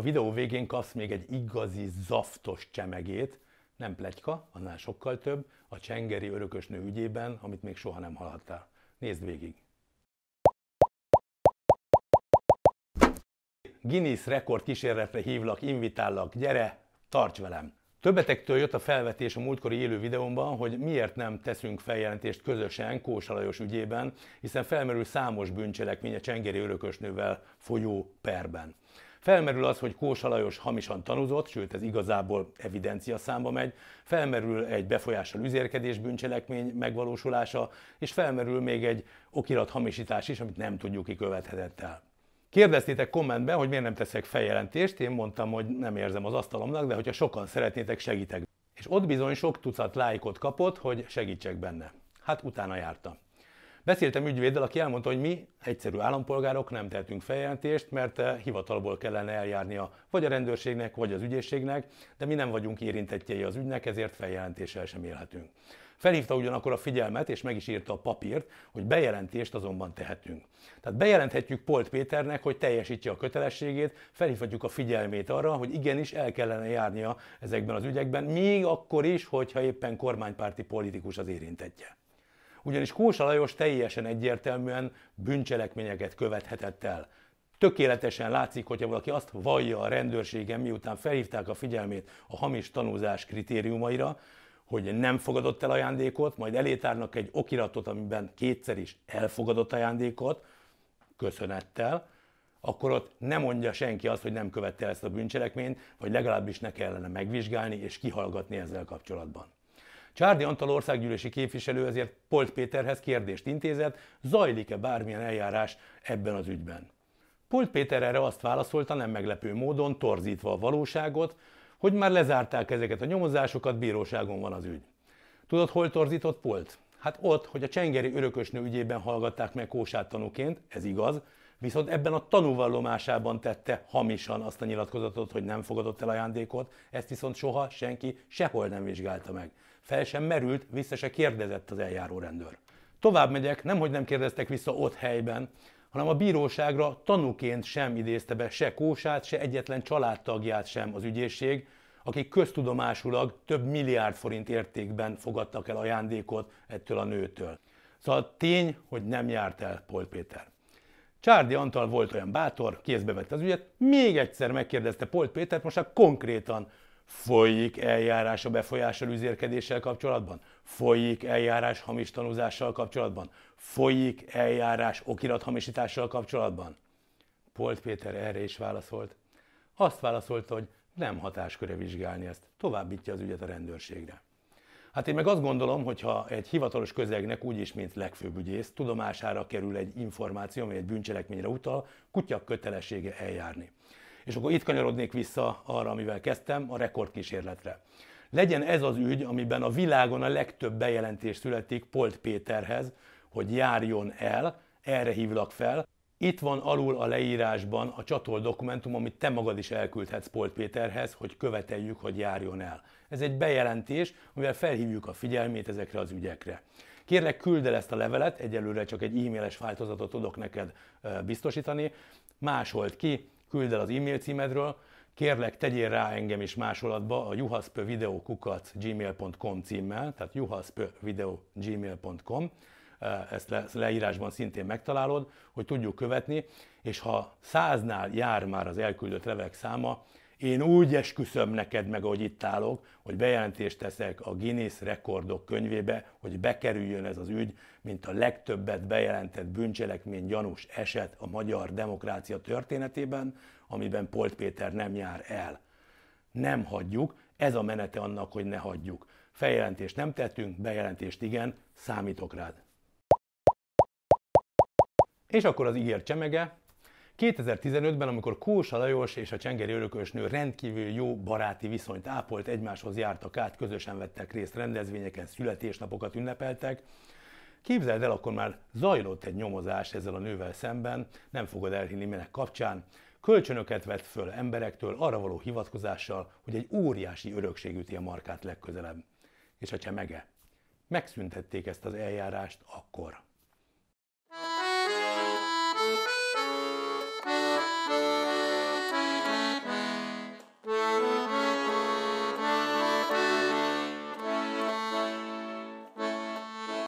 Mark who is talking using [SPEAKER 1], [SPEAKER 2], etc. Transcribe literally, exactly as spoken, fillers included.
[SPEAKER 1] A videó végén kapsz még egy igazi zaftos csemegét, nem pletyka, annál sokkal több, a csengeri örökösnő ügyében, amit még soha nem hallottál. Nézd végig! Guinness rekord kísérletre hívlak, invitállak, gyere, tarts velem! Többetektől jött a felvetés a múltkori élő videómban, hogy miért nem teszünk feljelentést közösen Kósa Lajos ügyében, hiszen felmerül számos bűncselekmény a csengeri örökösnővel folyó perben. Felmerül az, hogy Kósa Lajos hamisan tanúzott, sőt ez igazából evidencia számba megy, felmerül egy befolyással üzérkedés bűncselekmény megvalósulása, és felmerül még egy okirat hamisítás is, amit nem tudjuk, ki követhetett el. Kérdeztétek kommentben, hogy miért nem teszek feljelentést, én mondtam, hogy nem érzem az asztalomnak, de hogyha sokan szeretnétek, segítek. És ott bizony sok tucat lájkot kapott, hogy segítsek benne. Hát utána jártam. Beszéltem ügyvéddel, aki elmondta, hogy mi, egyszerű állampolgárok nem tehetünk feljelentést, mert hivatalból kellene eljárnia vagy a rendőrségnek, vagy az ügyészségnek, de mi nem vagyunk érintettjei az ügynek, ezért feljelentéssel sem élhetünk. Felhívta ugyanakkor a figyelmet, és meg is írta a papírt, hogy bejelentést azonban tehetünk. Tehát bejelenthetjük Polt Péternek, hogy teljesítse a kötelességét, felhívhatjuk a figyelmét arra, hogy igenis el kellene járnia ezekben az ügyekben, még akkor is, hogyha éppen kormánypárti politikus az érintettje. Ugyanis Kósa Lajos teljesen egyértelműen bűncselekményeket követhetett el. Tökéletesen látszik, hogyha valaki azt vallja a rendőrségen, miután felhívták a figyelmét a hamis tanúzás kritériumaira, hogy nem fogadott el ajándékot, majd elétárnak egy okiratot, amiben kétszer is elfogadott ajándékot, köszönettel, akkor ott nem mondja senki azt, hogy nem követte el ezt a bűncselekményt, vagy legalábbis ne kellene megvizsgálni és kihallgatni ezzel kapcsolatban. Csárdi Antal országgyűlési képviselő ezért Polt Péterhez kérdést intézett, zajlik-e bármilyen eljárás ebben az ügyben. Polt Péter erre azt válaszolta, nem meglepő módon, torzítva a valóságot, hogy már lezárták ezeket a nyomozásokat, bíróságon van az ügy. Tudod, hol torzított Polt? Hát ott, hogy a csengeri örökösnő ügyében hallgatták meg Kósát tanúként, ez igaz, viszont ebben a tanúvallomásában tette hamisan azt a nyilatkozatot, hogy nem fogadott el ajándékot, ezt viszont soha senki sehol nem vizsgálta meg. Fel sem merült, vissza se kérdezett az eljáró rendőr. Tovább megyek, nemhogy nem kérdeztek vissza ott helyben, hanem a bíróságra tanúként sem idézte be se Kósát, se egyetlen családtagját sem az ügyészség, akik köztudomásulag több milliárd forint értékben fogadtak el ajándékot ettől a nőtől. Szóval tény, hogy nem járt el Polt Péter. Csárdi Antal volt olyan bátor, kézbe vette az ügyet, még egyszer megkérdezte Polt Pétert, most már konkrétan: folyik eljárás a befolyással üzérkedéssel kapcsolatban? Folyik eljárás hamis tanúzással kapcsolatban? Folyik eljárás okirathamisítással kapcsolatban? Polt Péter erre is válaszolt. Azt válaszolta, hogy nem hatásköre vizsgálni ezt, továbbítja az ügyet a rendőrségre. Hát én meg azt gondolom, hogy ha egy hivatalos közegnek úgyis, mint legfőbb ügyész, tudomására kerül egy információ, amely egy bűncselekményre utal, kutya kötelessége eljárni. És akkor itt kanyarodnék vissza arra, amivel kezdtem, a rekordkísérletre. Legyen ez az ügy, amiben a világon a legtöbb bejelentés születik Polt Péterhez, hogy járjon el, erre hívlak fel. Itt van alul a leírásban a csatolt dokumentum, amit te magad is elküldhetsz Polt Péterhez, hogy követeljük, hogy járjon el. Ez egy bejelentés, amivel felhívjuk a figyelmét ezekre az ügyekre. Kérlek, küldd el ezt a levelet, egyelőre csak egy e-mailes változatot tudok neked biztosítani, másold ki, küldd el az e-mail címedről, kérlek, tegyél rá engem is másolatba a juhaszpvideo kukac gmail pont com címmel, tehát juhaszpvideo gmail pont com, ezt le, leírásban szintén megtalálod, hogy tudjuk követni, és ha száznál jár már az elküldött levelek száma, én úgy esküszöm neked meg, ahogy itt állok, hogy bejelentést teszek a Guinness rekordok könyvébe, hogy bekerüljön ez az ügy, mint a legtöbbet bejelentett bűncselekmény gyanús eset a magyar demokrácia történetében, amiben Polt Péter nem jár el. Nem hagyjuk, ez a menete annak, hogy ne hagyjuk. Feljelentést nem tettünk, bejelentést igen, számítok rád. És akkor az ígért csemege. kétezer-tizenötben, amikor Kósa Lajos és a csengeri örökösnő rendkívül jó baráti viszonyt ápolt, egymáshoz jártak át, közösen vettek részt rendezvényeken, születésnapokat ünnepeltek. Képzeld el, akkor már zajlott egy nyomozás ezzel a nővel szemben, nem fogod elhinni minek kapcsán. Kölcsönöket vett föl emberektől arra való hivatkozással, hogy egy óriási örökség üti a markát legközelebb. És a csemege. Megszüntették ezt az eljárást akkor.